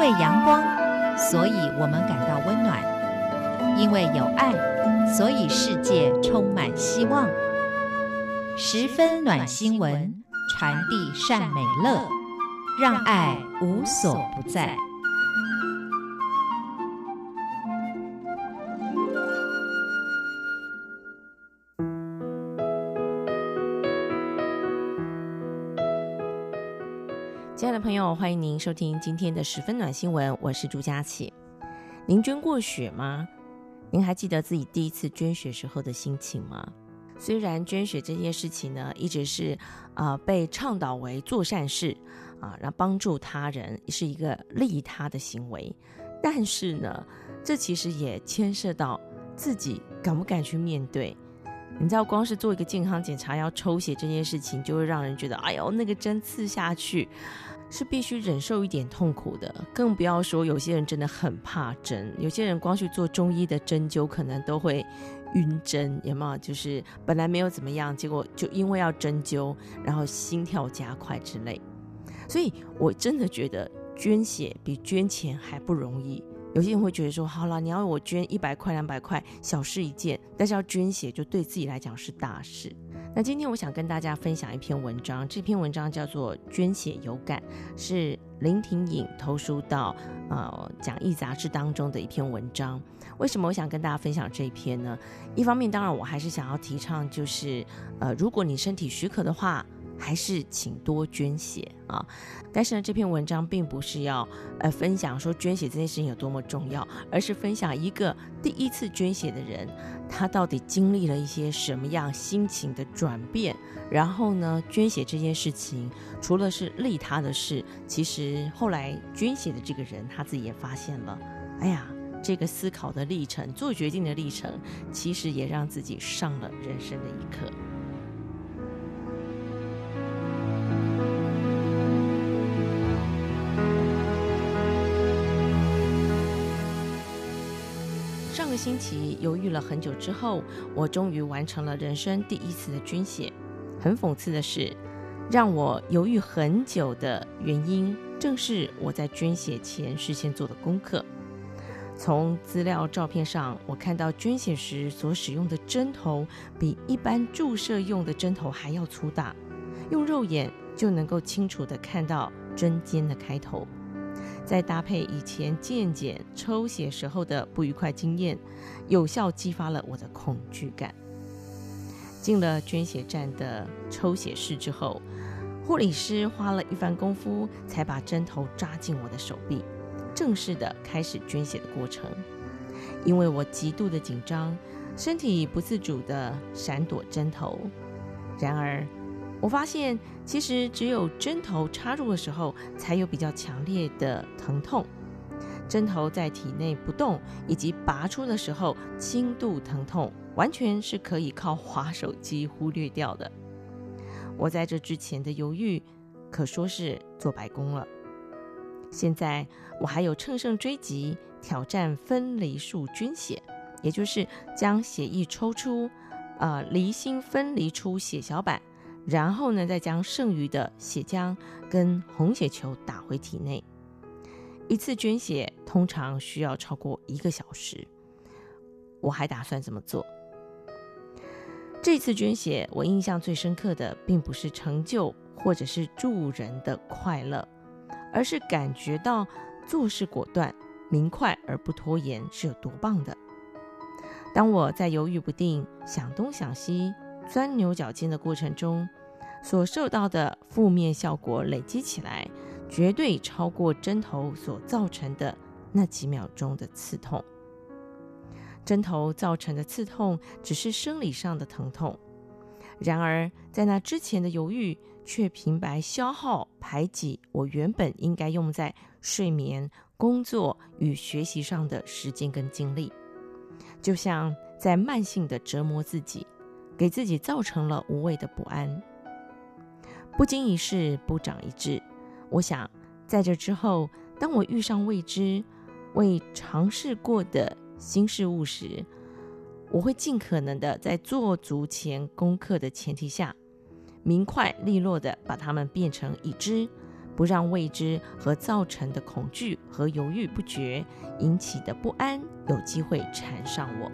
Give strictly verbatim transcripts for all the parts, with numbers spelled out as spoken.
阳光，所以我们感到温暖；因为有爱，所以世界充满希望。十分暖心文，传递善美乐，让爱无所不在。 亲爱的朋友，欢迎您收听今天的十分暖新闻，我是朱佳琪。您捐过血吗？您还记得自己第一次捐血时候的心情吗？虽然捐血这件事情呢，一直是、呃、被倡导为做善事啊，让帮助他人是一个利他的行为，但是呢，这其实也牵涉到自己敢不敢去面对。你知道，光是做一个健康检查要抽血这件事情，就会让人觉得，哎呦，那个针刺下去是必须忍受一点痛苦的，更不要说有些人真的很怕针，有些人光去做中医的针灸可能都会晕针，有没有？就是本来没有怎么样，结果就因为要针灸，然后心跳加快之类。所以我真的觉得捐血比捐钱还不容易。有些人会觉得说，好了，你要我捐一百块两百块小事一件，但是要捐血就对自己来讲是大事。那今天我想跟大家分享一篇文章，这篇文章叫做捐血有感，是林廷颖投书到呃讲义杂志当中的一篇文章。为什么我想跟大家分享这一篇呢？一方面当然我还是想要提倡，就是呃如果你身体许可的话，还是请多捐血啊！但是呢，这篇文章并不是要呃分享说捐血这件事情有多么重要，而是分享一个第一次捐血的人，他到底经历了一些什么样心情的转变。然后呢，捐血这件事情除了是利他的事，其实后来捐血的这个人他自己也发现了，哎呀，这个思考的历程，做决定的历程，其实也让自己上了人生的一课。上个星期犹豫了很久之后，我终于完成了人生第一次的捐血。很讽刺的是，让我犹豫很久的原因，正是我在捐血前事先做的功课。从资料照片上，我看到捐血时所使用的针头比一般注射用的针头还要粗大，用肉眼就能够清楚地看到针尖的开头。再搭配以前健检抽血时候的不愉快经验，有效激发了我的恐惧感。进了捐血站的抽血室之后，护理师花了一番功夫才把针头扎进我的手臂，正式的开始捐血的过程。因为我极度的紧张，身体不自主的闪躲针头。然而我发现其实只有针头插入的时候才有比较强烈的疼痛，针头在体内不动以及拔出的时候轻度疼痛完全是可以靠滑手机忽略掉的。我在这之前的犹豫可说是做白工了。现在我还有乘胜追击，挑战分离术捐血，也就是将血液抽出，呃，离心分离出血小板，然后呢，再将剩余的血浆跟红血球打回体内。一次捐血通常需要超过一个小时，我还打算这么做。这次捐血，我印象最深刻的并不是成就或者是助人的快乐，而是感觉到做事果断、明快而不拖延是有多棒的。当我在犹豫不定、想东想西、钻牛角尖的过程中，所受到的负面效果累积起来，绝对超过针头所造成的那几秒钟的刺痛。针头造成的刺痛只是生理上的疼痛，然而在那之前的犹豫却平白消耗排挤我原本应该用在睡眠、工作与学习上的时间跟精力，就像在慢性的折磨自己，给自己造成了无谓的不安。不经一事不长一智，我想在这之后，当我遇上未知、未尝试过的新事物时，我会尽可能的在做足前功课的前提下，明快利落的把它们变成已知， 不让未知和造成的恐惧和犹豫不决引起的不安有机会缠上我。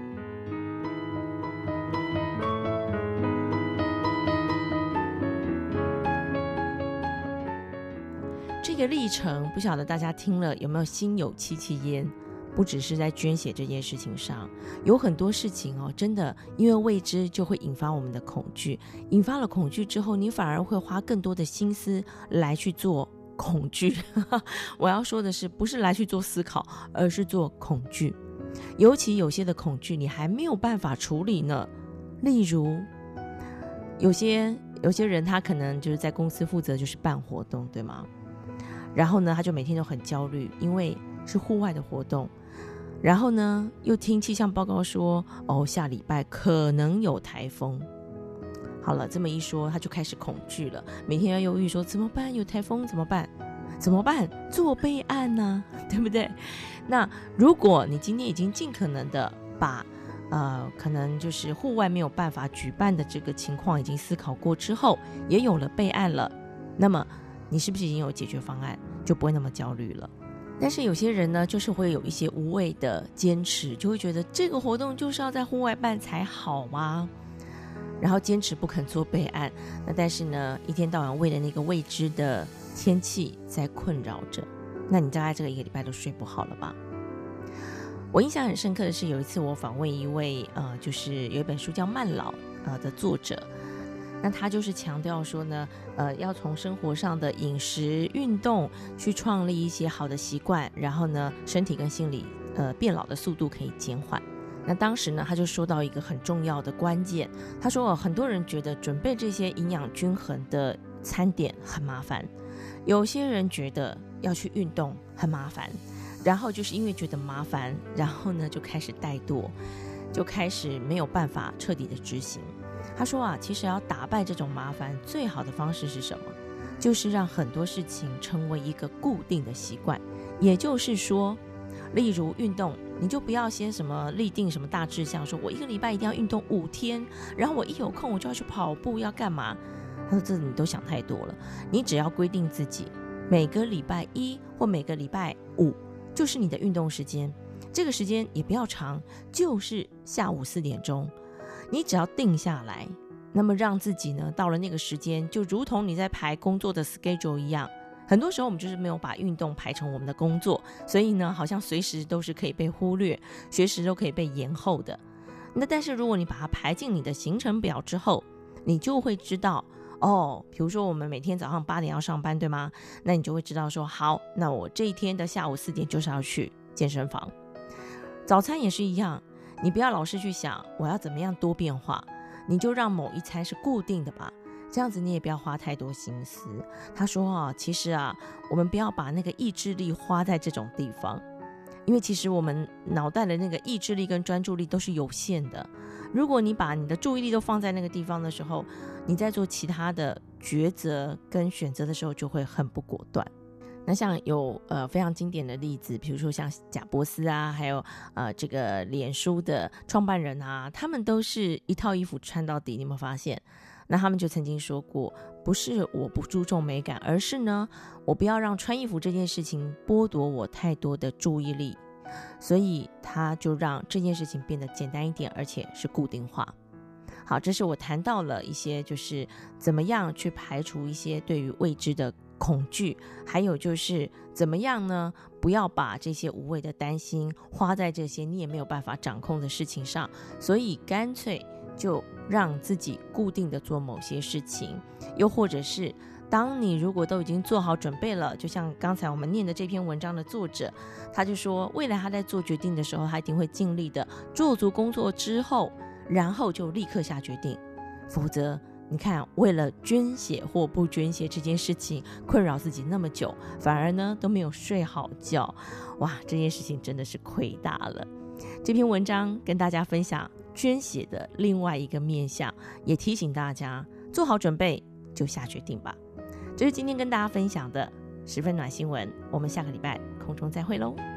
这个历程不晓得大家听了有没有心有戚戚焉，不只是在捐血这件事情上，有很多事情哦，真的因为未知就会引发我们的恐惧，引发了恐惧之后，你反而会花更多的心思来去做恐惧我要说的是，不是来去做思考，而是做恐惧。尤其有些的恐惧你还没有办法处理呢，例如有些有些人他可能就是在公司负责就是办活动，对吗？然后呢他就每天都很焦虑，因为是户外的活动，然后呢又听气象报告说哦下礼拜可能有台风。好了，这么一说他就开始恐惧了，每天要忧郁说怎么办，有台风怎么办怎么办，做备案啊，对不对？那如果你今天已经尽可能的把呃，可能就是户外没有办法举办的这个情况已经思考过之后，也有了备案了，那么你是不是已经有解决方案，就不会那么焦虑了？但是有些人呢，就是会有一些无谓的坚持，就会觉得这个活动就是要在户外办才好吗？然后坚持不肯做备案，那但是呢，一天到晚为了那个未知的天气在困扰着，那你大概这个一个礼拜都睡不好了吧？我印象很深刻的是，有一次我访问一位呃，就是有一本书叫《慢老》呃的作者，那他就是强调说呢，呃，要从生活上的饮食、运动去创立一些好的习惯，然后呢，身体跟心理呃变老的速度可以减缓。那当时呢，他就说到一个很重要的关键，他说、哦、很多人觉得准备这些营养均衡的餐点很麻烦，有些人觉得要去运动很麻烦，然后就是因为觉得麻烦，然后呢就开始怠惰，就开始没有办法彻底的执行。他说啊，其实要打败这种麻烦，最好的方式是什么？就是让很多事情成为一个固定的习惯。也就是说，例如运动，你就不要先什么立定什么大志向，说我一个礼拜一定要运动五天，然后我一有空我就要去跑步，要干嘛？他说这你都想太多了。你只要规定自己每个礼拜一或每个礼拜五就是你的运动时间，这个时间也不要长，就是下午四点钟。你只要定下来，那么让自己呢到了那个时间，就如同你在排工作的 schedule 一样。很多时候我们就是没有把运动排成我们的工作，所以呢好像随时都是可以被忽略，随时都可以被延后的。那但是如果你把它排进你的行程表之后，你就会知道哦，比如说我们每天早上八点要上班，对吗？那你就会知道说，好，那我这一天的下午四点就是要去健身房。早餐也是一样，你不要老是去想我要怎么样多变化，你就让某一餐是固定的吧，这样子你也不要花太多心思。他说啊，其实啊，我们不要把那个意志力花在这种地方，因为其实我们脑袋的那个意志力跟专注力都是有限的。如果你把你的注意力都放在那个地方的时候，你在做其他的抉择跟选择的时候就会很不果断。那像有呃非常经典的例子，比如说像贾伯斯啊，还有呃这个脸书的创办人啊，他们都是一套衣服穿到底，你有没有发现？那他们就曾经说过，不是我不注重美感，而是呢我不要让穿衣服这件事情剥夺我太多的注意力，所以他就让这件事情变得简单一点，而且是固定化。好，这是我谈到了一些就是怎么样去排除一些对于未知的恐惧，还有就是怎么样呢不要把这些无谓的担心花在这些你也没有办法掌控的事情上，所以干脆就让自己固定的做某些事情。又或者是当你如果都已经做好准备了，就像刚才我们念的这篇文章的作者，他就说未来他在做决定的时候，他一定会尽力的做足工作之后，然后就立刻下决定。否则你看，为了捐血或不捐血这件事情困扰自己那么久，反而呢都没有睡好觉，哇，这件事情真的是亏大了。这篇文章跟大家分享捐血的另外一个面向，也提醒大家做好准备就下决定吧。这是今天跟大家分享的十分暖新闻，我们下个礼拜空中再会喽。